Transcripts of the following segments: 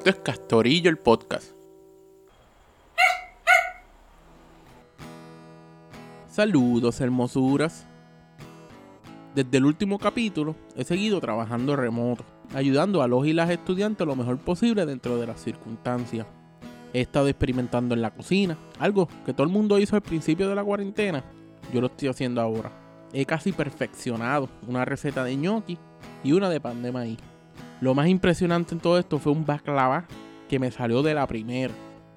Esto es Castorillo el podcast. Saludos, hermosuras. Desde el último capítulo he seguido trabajando remoto, ayudando a los y las estudiantes lo mejor posible dentro de las circunstancias. He estado experimentando en la cocina, algo que todo el mundo hizo al principio de la cuarentena. Yo lo estoy haciendo ahora. He casi perfeccionado una receta de ñoqui y una de pan de maíz. Lo más impresionante en todo esto fue un baklava que me salió de la primera.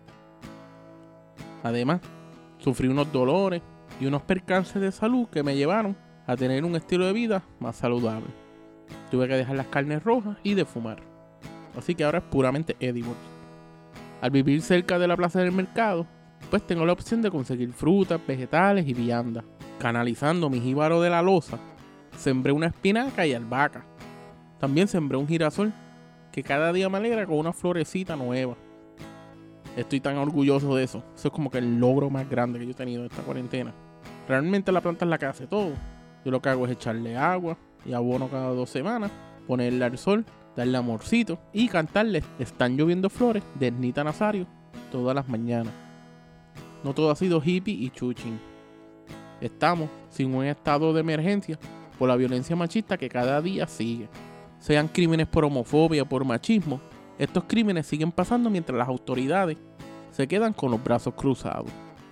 Además, sufrí unos dolores y unos percances de salud que me llevaron a tener un estilo de vida más saludable. Tuve que dejar las carnes rojas y de fumar. Así que ahora es puramente edible. Al vivir cerca de la plaza del mercado, pues tengo la opción de conseguir frutas, vegetales y viandas. Canalizando mi jíbaro de la loza, sembré una espinaca y albahaca. También sembré un girasol que cada día me alegra con una florecita nueva. Estoy tan orgulloso de eso. Eso es como que el logro más grande que yo he tenido en esta cuarentena. Realmente la planta es la que hace todo. Yo lo que hago es echarle agua y abono cada 2 semanas, ponerle al sol, darle amorcito y cantarle "Están lloviendo flores" de Ernita Nazario todas las mañanas. No todo ha sido hippie y chuchín. Estamos sin un estado de emergencia por la violencia machista que cada día sigue. Sean crímenes por homofobia o por machismo, estos crímenes siguen pasando mientras las autoridades se quedan con los brazos cruzados.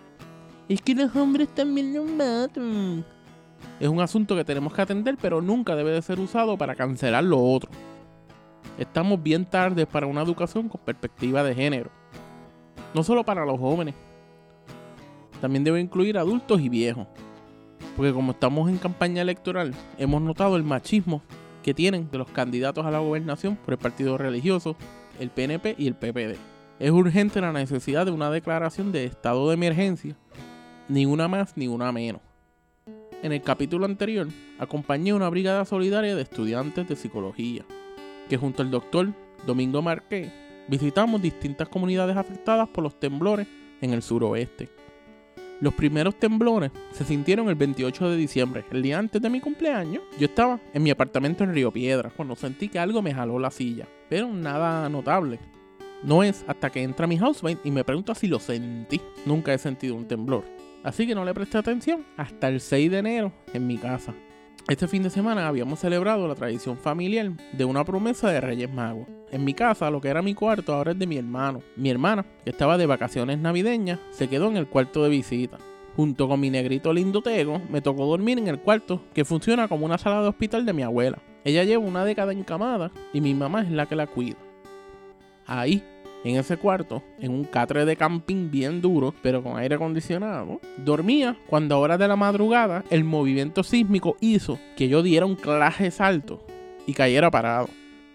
Es que los hombres también nos matan. Es un asunto que tenemos que atender, pero nunca debe de ser usado para cancelar lo otro. Estamos bien tarde para una educación con perspectiva de género. No solo para los jóvenes. También debe incluir adultos y viejos. Porque como estamos en campaña electoral, hemos notado el machismo que tienen de los candidatos a la gobernación por el partido religioso, el PNP y el PPD. Es urgente la necesidad de una declaración de estado de emergencia, ni una más ni una menos. En el capítulo anterior, acompañé una brigada solidaria de estudiantes de psicología, que junto al doctor Domingo Marqués visitamos distintas comunidades afectadas por los temblores en el suroeste. Los primeros temblores se sintieron el 28 de diciembre, el día antes de mi cumpleaños. Yo estaba en mi apartamento en Río Piedras cuando sentí que algo me jaló la silla, pero nada notable. No es hasta que entra mi housemate y me pregunta si lo sentí. Nunca he sentido un temblor, así que no le presté atención hasta el 6 de enero en mi casa. Este fin de semana habíamos celebrado la tradición familiar de una promesa de Reyes Magos. En mi casa, lo que era mi cuarto ahora es de mi hermano. Mi hermana, que estaba de vacaciones navideñas, se quedó en el cuarto de visita. Junto con mi negrito lindo Tego, me tocó dormir en el cuarto que funciona como una sala de hospital de mi abuela. Ella lleva una década encamada y mi mamá es la que la cuida. Ahí, en ese cuarto, en un catre de camping bien duro, pero con aire acondicionado, dormía cuando a horas de la madrugada el movimiento sísmico hizo que yo diera un claje salto y cayera parado.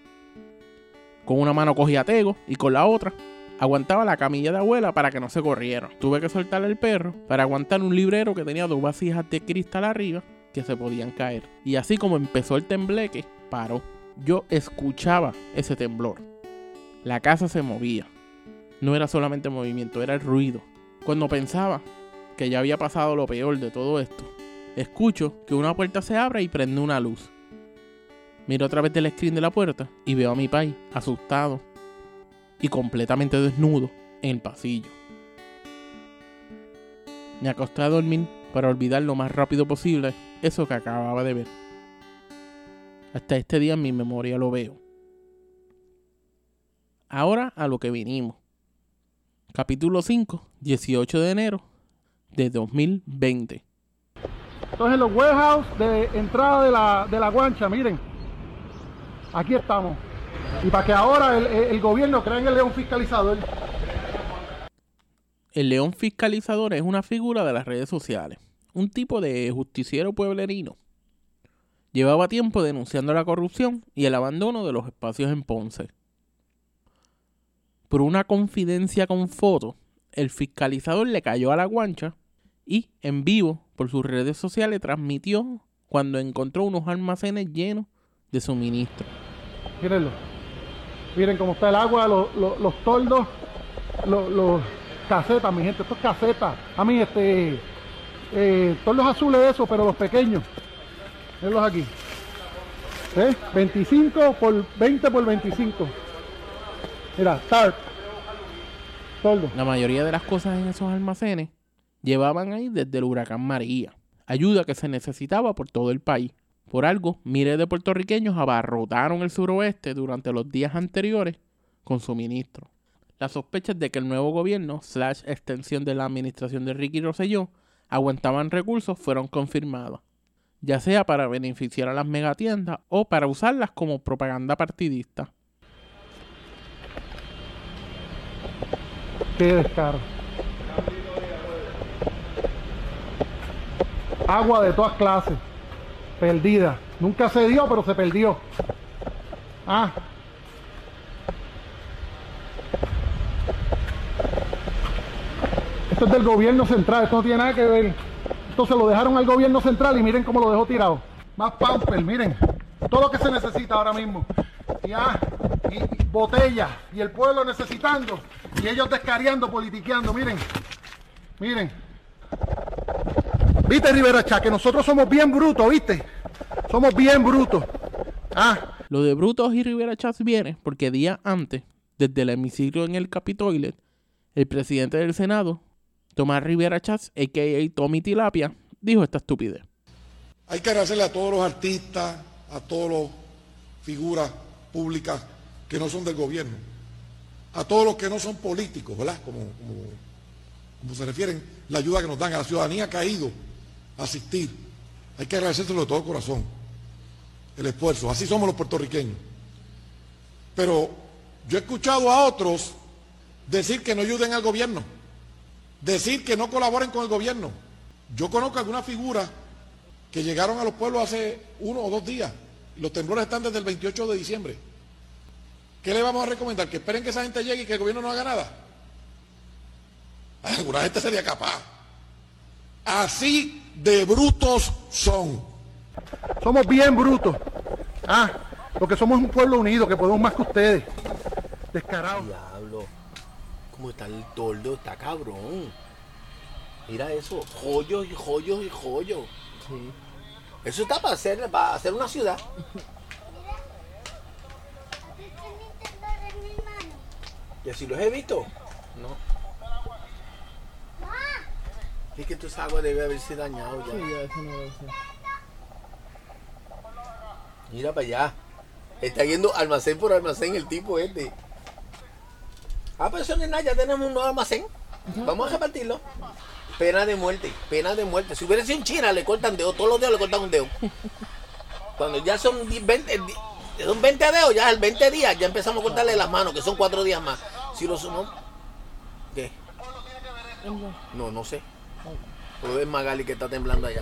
Con una mano cogía a Tego y con la otra aguantaba la camilla de abuela para que no se corriera. Tuve que soltar al perro para aguantar un librero que tenía 2 vasijas de cristal arriba que se podían caer. Y así como empezó el tembleque, paró. Yo escuchaba ese temblor. La casa se movía. No era solamente movimiento, era el ruido. Cuando pensaba que ya había pasado lo peor de todo esto, escucho que una puerta se abre y prende una luz. Miro a través del screen de la puerta y veo a mi pai asustado y completamente desnudo en el pasillo. Me acosté a dormir para olvidar lo más rápido posible eso que acababa de ver. Hasta este día en mi memoria lo veo. Ahora a lo que vinimos. Capítulo 5, 18 de enero de 2020. Entonces los warehouse de entrada de la guancha, miren. Aquí estamos. Y para que ahora el gobierno crea en el león fiscalizador. El león fiscalizador es una figura de las redes sociales. Un tipo de justiciero pueblerino. Llevaba tiempo denunciando la corrupción y el abandono de los espacios en Ponce. Por una confidencia con fotos, el fiscalizador le cayó a la guancha y, en vivo, por sus redes sociales, transmitió cuando encontró unos almacenes llenos de suministro. Mírenlo. Miren cómo está el agua, los toldos, los casetas, mi gente. Esto es casetas. A mí, toldos azules de esos, pero los pequeños. Mírenlos aquí. ¿Eh? 25 por 20 por 25. Mira, tarp. Toldo. La mayoría de las cosas en esos almacenes llevaban ahí desde el huracán María. Ayuda que se necesitaba por todo el país. Por algo, miles de puertorriqueños abarrotaron el suroeste durante los días anteriores con suministro. Las sospechas de que el nuevo gobierno / extensión de la administración de Ricky Rosselló aguantaban recursos fueron confirmadas, ya sea para beneficiar a las megatiendas o para usarlas como propaganda partidista. Qué descaro. Agua de todas clases. Perdida. Nunca se dio, pero se perdió. Ah. Esto es del gobierno central. Esto no tiene nada que ver. Esto se lo dejaron al gobierno central y miren cómo lo dejó tirado. Más pamper, miren. Todo lo que se necesita ahora mismo. Y botellas. Y el pueblo necesitando. Y ellos descariando, politiqueando. Miren. Miren. ¿Viste, Rivera Chá? Que nosotros somos bien brutos, ¿viste? Somos bien brutos. Ah. Lo de Brutos y Rivera Chats viene porque días antes, desde el hemiciclo en el Capitolio, el presidente del Senado, Tomás Rivera Chats, a.k.a. Tommy Tilapia, dijo esta estupidez. Hay que agradecerle a todos los artistas, a todas las figuras públicas que no son del gobierno, a todos los que no son políticos, ¿verdad? Como se refieren, la ayuda que nos dan a la ciudadanía que ha ido a asistir. Hay que agradecérselo de todo corazón, el esfuerzo. Así somos los puertorriqueños. Pero yo he escuchado a otros decir que no ayuden al gobierno, decir que no colaboren con el gobierno. Yo conozco algunas figuras que llegaron a los pueblos hace 1 o 2 días. Y los temblores están desde el 28 de diciembre. ¿Qué le vamos a recomendar? ¿Que esperen que esa gente llegue y que el gobierno no haga nada? Alguna gente sería capaz. Así de brutos son. Somos bien brutos. Ah, porque somos un pueblo unido, que podemos más que ustedes. Descarados. Diablo, ¿cómo está el toldo? Está cabrón. Mira eso, joyos y joyos y joyos. Sí. Eso está para hacer una ciudad. ¿Y así los he visto? No. Es que tu agua debe haberse dañado ya. Sí, ya eso no debe ser. Mira para allá. Está yendo almacén por almacén el tipo este. Ah, pero eso no es nada, ya tenemos un nuevo almacén. Vamos a repartirlo. Pena de muerte, pena de muerte. Si hubiera sido en China, le cortan dedo, todos los dedos le cortan un dedo. Cuando ya son 20 dedos, ya el 20 días, ya empezamos a cortarle las manos, que son 4 días más. Si lo sumamos, ¿qué? No sé. Pero es Magali que está temblando allá.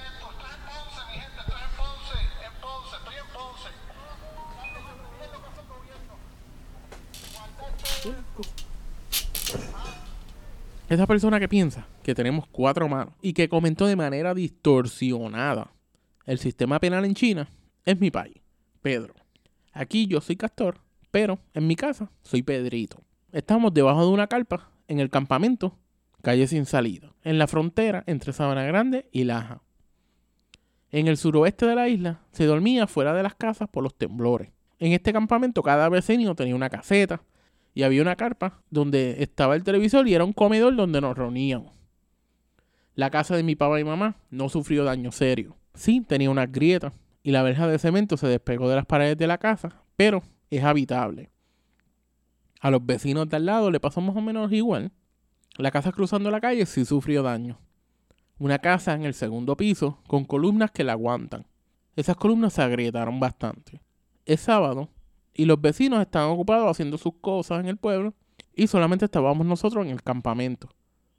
Esa persona que piensa que tenemos 4 manos y que comentó de manera distorsionada el sistema penal en China es mi país, Pedro. Aquí yo soy Castor, pero en mi casa soy Pedrito. Estamos debajo de una carpa en el campamento Calle Sin Salida, en la frontera entre Sabana Grande y Laja. En el suroeste de la isla se dormía fuera de las casas por los temblores. En este campamento cada vecino tenía una caseta y había una carpa donde estaba el televisor y era un comedor donde nos reuníamos. La casa de mi papá y mamá no sufrió daño serio. Sí, tenía unas grietas y la verja de cemento se despegó de las paredes de la casa, pero es habitable. A los vecinos de al lado le pasó más o menos igual. La casa cruzando la calle sí sufrió daño. Una casa en el segundo piso con columnas que la aguantan. Esas columnas se agrietaron bastante. Es sábado y los vecinos estaban ocupados haciendo sus cosas en el pueblo y solamente estábamos nosotros en el campamento.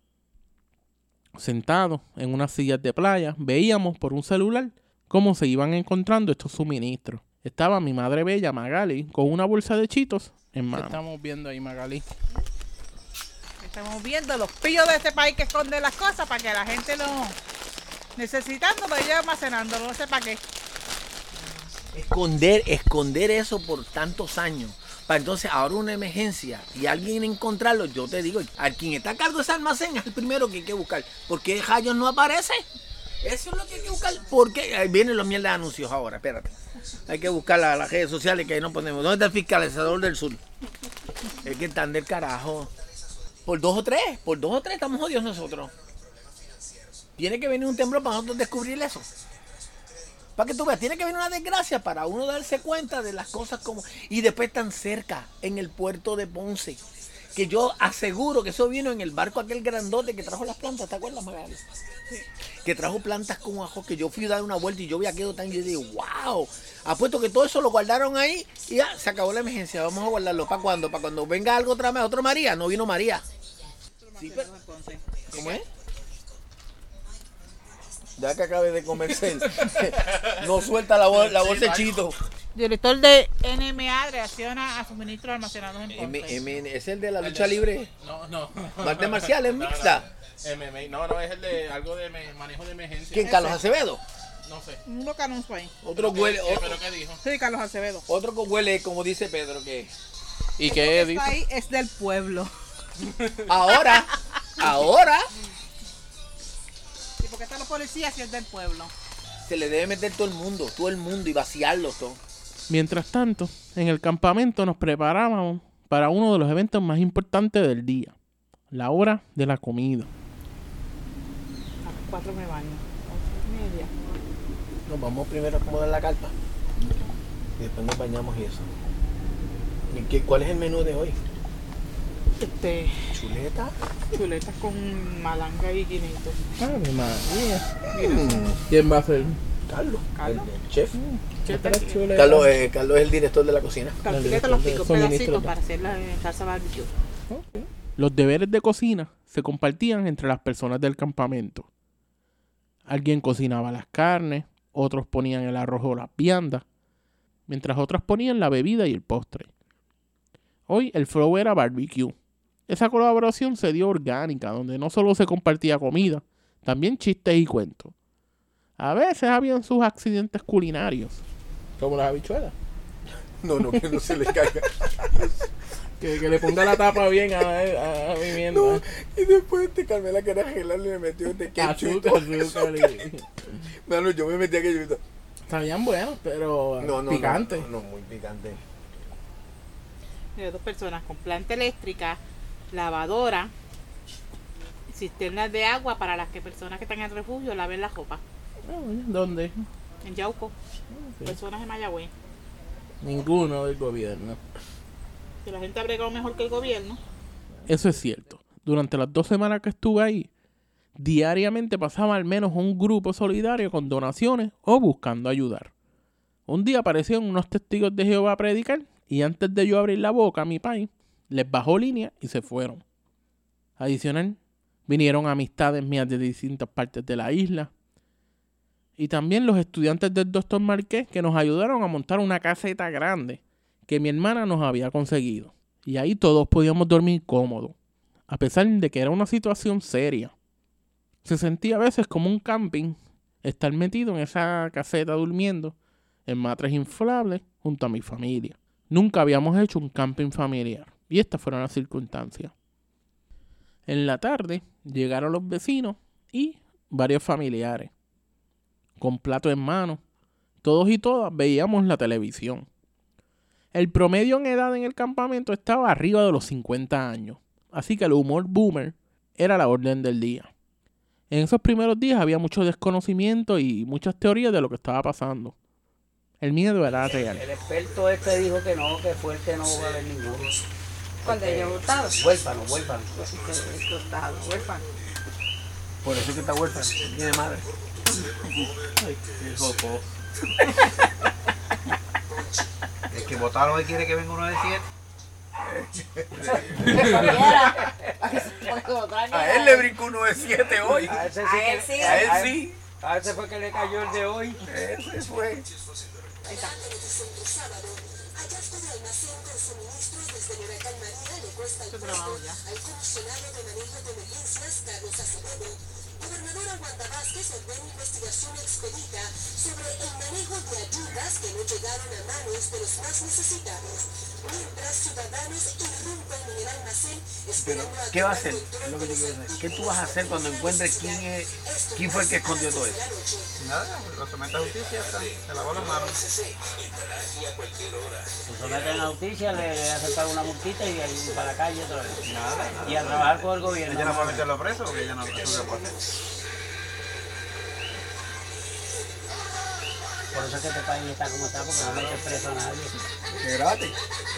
Sentados en unas sillas de playa, veíamos por un celular cómo se iban encontrando estos suministros. Estaba mi madre bella, Magali, con una bolsa de Cheetos en mano. ¿Qué estamos viendo ahí, Magali? Estamos viendo los pillos de este país que esconden las cosas para que la gente lo necesitando lo lleve almacenando, no sé para qué. Esconder eso por tantos años. Para entonces ahora una emergencia y alguien encontrarlo, yo te digo, a quien está a cargo de ese almacén es el primero que hay que buscar. ¿Por qué Rayos no aparece? Eso es lo que hay que buscar. ¿Por qué? Ahí vienen los mierdas de anuncios ahora, espérate. Hay que buscar las redes sociales que ahí no ponemos. ¿Dónde está el fiscalizador del sur? Es que están del carajo. Por dos o tres estamos jodidos nosotros. Tiene que venir un temblor para nosotros descubrir eso. Para que tú veas, tiene que venir una desgracia para uno darse cuenta de las cosas como... Y después tan cerca, en el puerto de Ponce. Que yo aseguro que eso vino en el barco aquel grandote que trajo las plantas, ¿te acuerdas, Magali? Sí. Que trajo plantas con ajo, que yo fui a dar una vuelta y yo vi aquello tan... Y yo digo, wow, apuesto que todo eso lo guardaron ahí y ya, se acabó la emergencia. Vamos a guardarlo. ¿Para cuándo? Para cuando venga algo otra vez, otro María. No vino María. Sí, pero... ¿Cómo es? Ya que acabe de comerse, no suelta la bolsa Chito. Director de NMA reacciona a suministros almacenados en Ponce. ¿Es el de la lucha libre? No. ¿Arte marcial es mixta? MMA, no, es el de algo de manejo de emergencia. ¿Quién, Carlos Acevedo? No sé. Un loco anuncio ahí. Otro huele. ¿Pero qué dijo? Sí, Carlos Acevedo. Otro que huele, como dice Pedro, que... ¿Y qué dijo? Ahí es del pueblo. Ahora. ¿Y por qué están los policías si es del pueblo? Se le debe meter todo el mundo y vaciarlo todo. Mientras tanto, en el campamento nos preparábamos para uno de los eventos más importantes del día, la hora de la comida. A las 4 me baño, 11:30. Nos vamos primero a acomodar la carpa y después nos bañamos y eso. ¿Y cuál es el menú de hoy? ¿Chuleta? Chuletas con malanga y guinito. ¡Ave María! ¿Quién va a ser? Carlos. El chef. Carlos es el director de la cocina. Las chuletas los pico pedacitos para hacerlas en salsa barbecue. Okay. Los deberes de cocina se compartían entre las personas del campamento. Alguien cocinaba las carnes, otros ponían el arroz o las viandas, mientras otros ponían la bebida y el postre. Hoy el flow era barbecue. Esa colaboración se dio orgánica, donde no solo se compartía comida, también chistes y cuentos. A veces habían sus accidentes culinarios. Como las habichuelas. No, que no se le caiga. que le ponga la tapa bien a mi mienda. No, y después Carmela que era gelar le metió de ketchup. Azúcar. No, yo me metí a ketchup. Sabían buenos, pero picantes. No, muy picante. De 2 personas con planta eléctrica, lavadora, cisternas de agua para las personas que están en refugio laven la ropa. ¿Dónde? En Yauco. Okay. Personas de Mayagüez. Ninguno del gobierno. Que la gente ha bregado mejor que el gobierno. Eso es cierto. Durante las 2 semanas que estuve ahí, diariamente pasaba al menos un grupo solidario con donaciones o buscando ayudar. Un día aparecieron unos testigos de Jehová a predicar y antes de yo abrir la boca a mi país, les bajó línea y se fueron. Adicional, vinieron amistades mías de distintas partes de la isla. Y también los estudiantes del Dr. Marqués que nos ayudaron a montar una caseta grande que mi hermana nos había conseguido. Y ahí todos podíamos dormir cómodos, a pesar de que era una situación seria. Se sentía a veces como un camping, estar metido en esa caseta durmiendo en matres inflables junto a mi familia. Nunca habíamos hecho un camping familiar y estas fueron las circunstancias. En la tarde llegaron los vecinos y varios familiares. Con plato en mano, todos y todas veíamos la televisión. El promedio en edad en el campamento estaba arriba de los 50 años, así que el humor boomer era la orden del día. En esos primeros días había mucho desconocimiento y muchas teorías de lo que estaba pasando. El miedo era real. El experto dijo que no, que fuerte no va a haber ninguno. ¿Cuál de ellos? ¿Hurtado? Huérfano. Huérfano. Por eso es que está huérfano, tiene madre. El que votaron, él quiere que venga uno de 7. A él le brincó uno de 7 hoy. A ese sí. A ese fue que le cayó el de hoy. Ese fue. Ahí está. Esto trabajo ya. Vázquez ordena investigación expedita sobre el manejo de ayudas que no llegaron a manos de los más necesitados, mientras ciudadanos irrumpen en el almacén Pero, esperando a ¿qué va a que hacer? la Es lo que te quiero autoridad decir. ¿Qué tú vas a hacer cuando encuentres quién fue el que escondió todo eso? Nada, lo somete a justicia, se lavó las manos. Lo someten a justicia, le hacen pagar una multita y ahí para la calle otra vez. Y a trabajar con el gobierno. Ella no puede meterlo preso porque ella no puede hacer. Por eso es que este país está como está, porque no mete preso a nadie. ¡Qué gratis!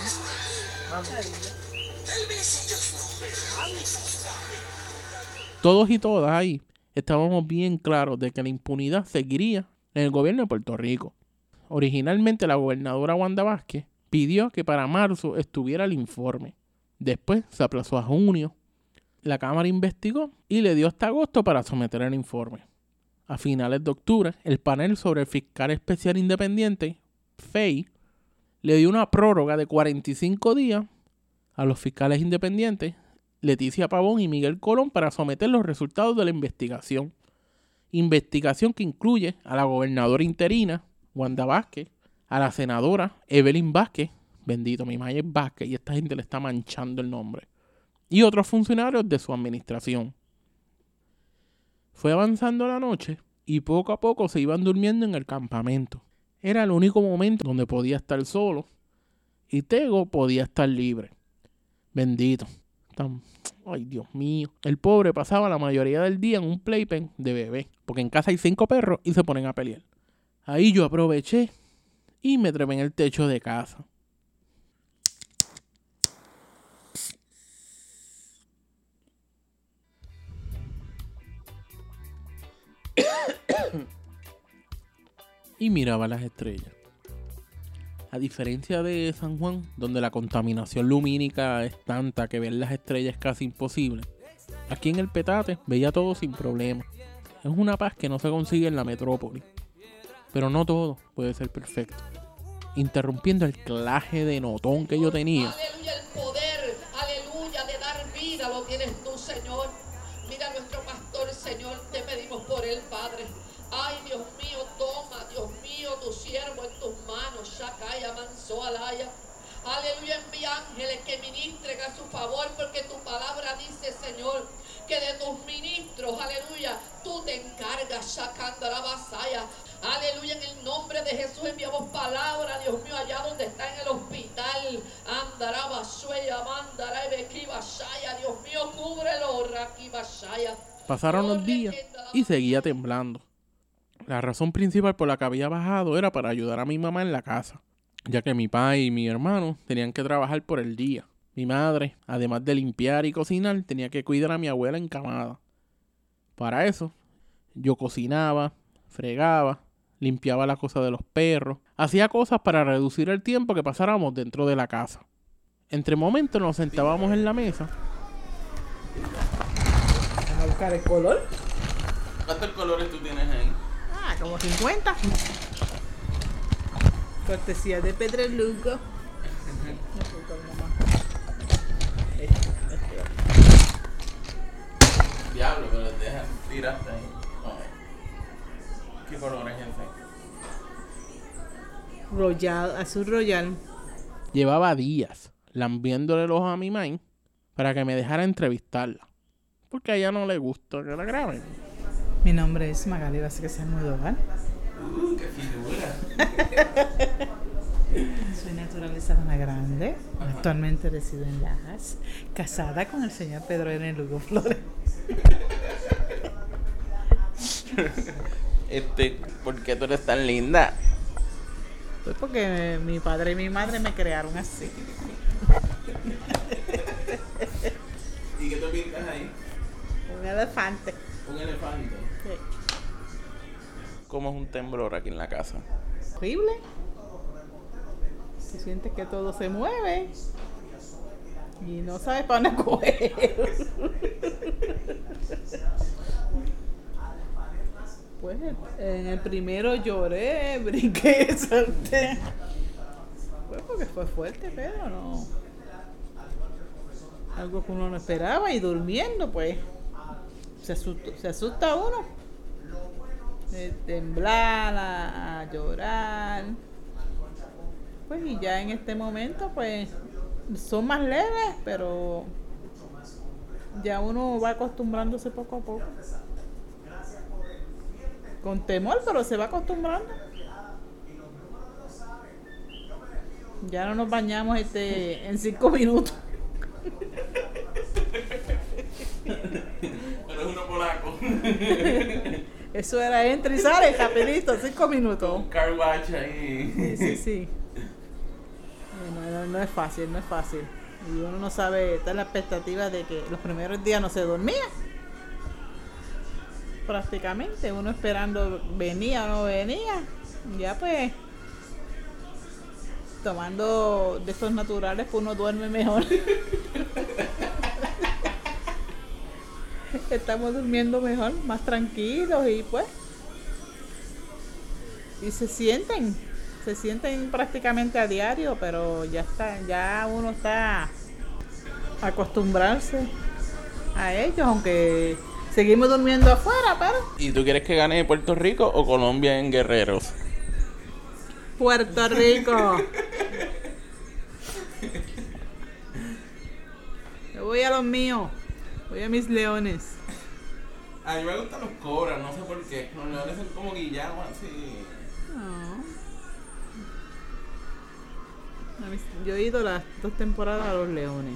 Todos y todas ahí estábamos bien claros de que la impunidad seguiría en el gobierno de Puerto Rico. Originalmente la gobernadora Wanda Vázquez pidió que para marzo estuviera el informe. Después se aplazó a junio. La Cámara investigó y le dio hasta agosto para someter el informe. A finales de octubre, el panel sobre el fiscal especial independiente, FEI, le dio una prórroga de 45 días a los fiscales independientes Leticia Pavón y Miguel Colón para someter los resultados de la investigación. Investigación que incluye a la gobernadora interina, Wanda Vázquez, a la senadora Evelyn Vázquez, bendito, mi madre es Vázquez y esta gente le está manchando el nombre, y otros funcionarios de su administración. Fue avanzando la noche y poco a poco se iban durmiendo en el campamento. Era el único momento donde podía estar solo y Tego podía estar libre. Bendito. Ay, Dios mío. El pobre pasaba la mayoría del día en un playpen de bebé, porque en casa hay 5 perros y se ponen a pelear. Ahí yo aproveché y me trepé en el techo de casa. Y miraba las estrellas. A diferencia de San Juan, donde la contaminación lumínica es tanta que ver las estrellas es casi imposible, aquí en el Petate veía todo sin problema. Es una paz que no se consigue en la metrópoli. Pero no todo puede ser perfecto. Interrumpiendo el claje de notón que yo tenía. Aleluya, el poder, aleluya, de dar vida lo tienes tú, Señor. Mira a nuestro pastor, Señor, te pedimos por él, Padre. Ay, Dios mío, toma, Dios mío, tu siervo en tus manos. Shakaya, manso, alaya. Aleluya, envía ángeles que ministren a su favor, porque tu palabra dice, Señor, que de tus ministros, aleluya, tú te encargas, Shakanda la vasaya. Aleluya, en el nombre de Jesús enviamos palabra, Dios mío, allá donde está en el hospital. Andará basueya, mandará bequibashaya, Dios mío, cúbrelo, raquibashaya. Pasaron los días y seguía temblando. La razón principal por la que había bajado era para ayudar a mi mamá en la casa, ya que mi padre y mi hermano tenían que trabajar por el día. Mi madre, además de limpiar y cocinar, tenía que cuidar a mi abuela encamada. Para eso, yo cocinaba, fregaba, limpiaba las cosas de los perros, hacía cosas para reducir el tiempo que pasáramos dentro de la casa. Entre momentos nos sentábamos en la mesa. Vamos a buscar el color. ¿Cuántos colores tú tienes ahí? Como 50. Cortesía de Pedro Lugo. Diablo, pero deja, tiraste ahí. ¿Qué color es ese? Royal, azul royal. Llevaba días lambiéndole el ojo a mi mamá para que me dejara entrevistarla, porque a ella no le gusta que la graben. Mi nombre es Magali Vázquez Almodóvar. ¡Qué figura! Soy natural de Sabana Grande. Actualmente resido en Lajas, casada con el señor Pedro N. Lugo Flores. ¿Por qué tú eres tan linda? Pues porque mi padre y mi madre me crearon así. ¿Y qué tú pintas ahí? Un elefante. ¿Un elefante? Sí. ¿Cómo es un temblor aquí en la casa? Horrible. Tú sientes que todo se mueve y no sabes para dónde coger. Pues en el primero lloré, brinqué, salté. Pues porque fue fuerte, pero no. Algo que uno no esperaba y durmiendo, pues se asusta uno. temblar, a llorar. Pues y ya en este momento pues son más leves, pero ya uno va acostumbrándose poco a poco. Con temor, pero se va acostumbrando. Ya no nos bañamos en 5 minutos. Pero es uno polaco. Eso era entra y sale rapidito, 5 minutos. Un car wash ahí. Sí. No es fácil. Y uno no sabe, está en la expectativa de que los primeros días no se dormía. Prácticamente, uno esperando venía o no venía. Ya pues, tomando de estos naturales, pues uno duerme mejor. Estamos durmiendo mejor, más tranquilos y pues. Y se sienten prácticamente a diario, pero ya uno está acostumbrarse a ellos, aunque seguimos durmiendo afuera, pero. ¿Y tú quieres que gane Puerto Rico o Colombia en Guerreros? Puerto Rico. Yo voy a los míos. Voy a mis leones. A mí me gustan los cobras, no sé por qué. Los leones son como guillados así. No. Yo he ido las 2 temporadas a los leones.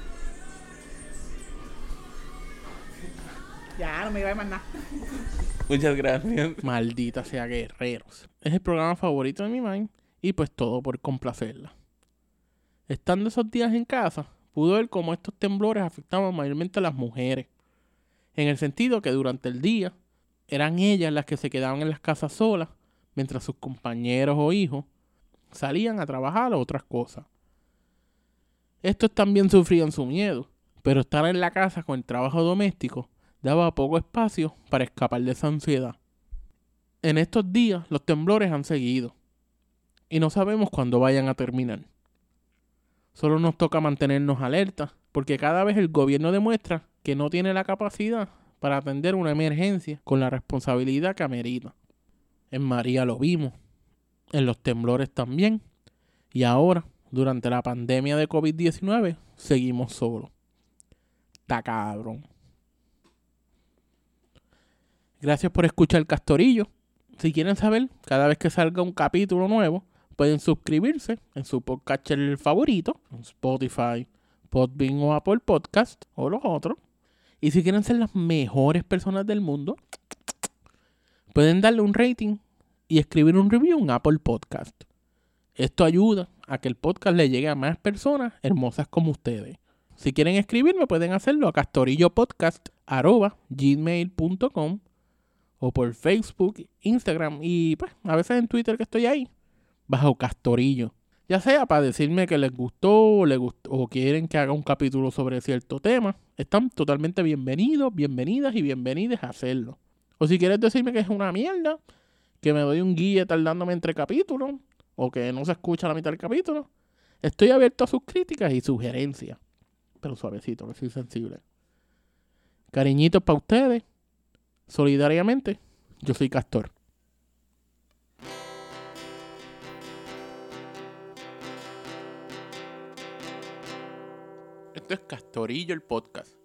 Ya, no me iba a mandar. Muchas gracias. Maldita sea Guerreros. Es el programa favorito de mi mãe y pues todo por complacerla. Estando esos días en casa, pude ver cómo estos temblores afectaban mayormente a las mujeres. En el sentido que durante el día eran ellas las que se quedaban en las casas solas, mientras sus compañeros o hijos salían a trabajar o otras cosas. Estos también sufrían su miedo, pero estar en la casa con el trabajo doméstico daba poco espacio para escapar de esa ansiedad. En estos días los temblores han seguido y no sabemos cuándo vayan a terminar. Solo nos toca mantenernos alertas porque cada vez el gobierno demuestra que no tiene la capacidad para atender una emergencia con la responsabilidad que amerita. En María lo vimos, en los temblores también, y ahora, durante la pandemia de COVID-19, seguimos solos. Está cabrón. Gracias por escuchar Castorillo. Si quieren saber, cada vez que salga un capítulo nuevo, pueden suscribirse en su podcatcher favorito, en Spotify, Podbean o Apple Podcast, o los otros. Y si quieren ser las mejores personas del mundo, pueden darle un rating y escribir un review en Apple Podcast. Esto ayuda a que el podcast le llegue a más personas hermosas como ustedes. Si quieren escribirme, pueden hacerlo a castorillopodcast@gmail.com o por Facebook, Instagram y pues a veces en Twitter que estoy ahí, bajo Castorillo. Ya sea para decirme que les gustó o quieren que haga un capítulo sobre cierto tema, están totalmente bienvenidos, bienvenidas y bienvenidas a hacerlo. O si quieres decirme que es una mierda, que me doy un guía tardándome entre capítulos, o que no se escucha la mitad del capítulo, estoy abierto a sus críticas y sugerencias. Pero suavecito, que soy sensible. Cariñitos para ustedes. Solidariamente, yo soy Castor. Esto es Castorillo el podcast.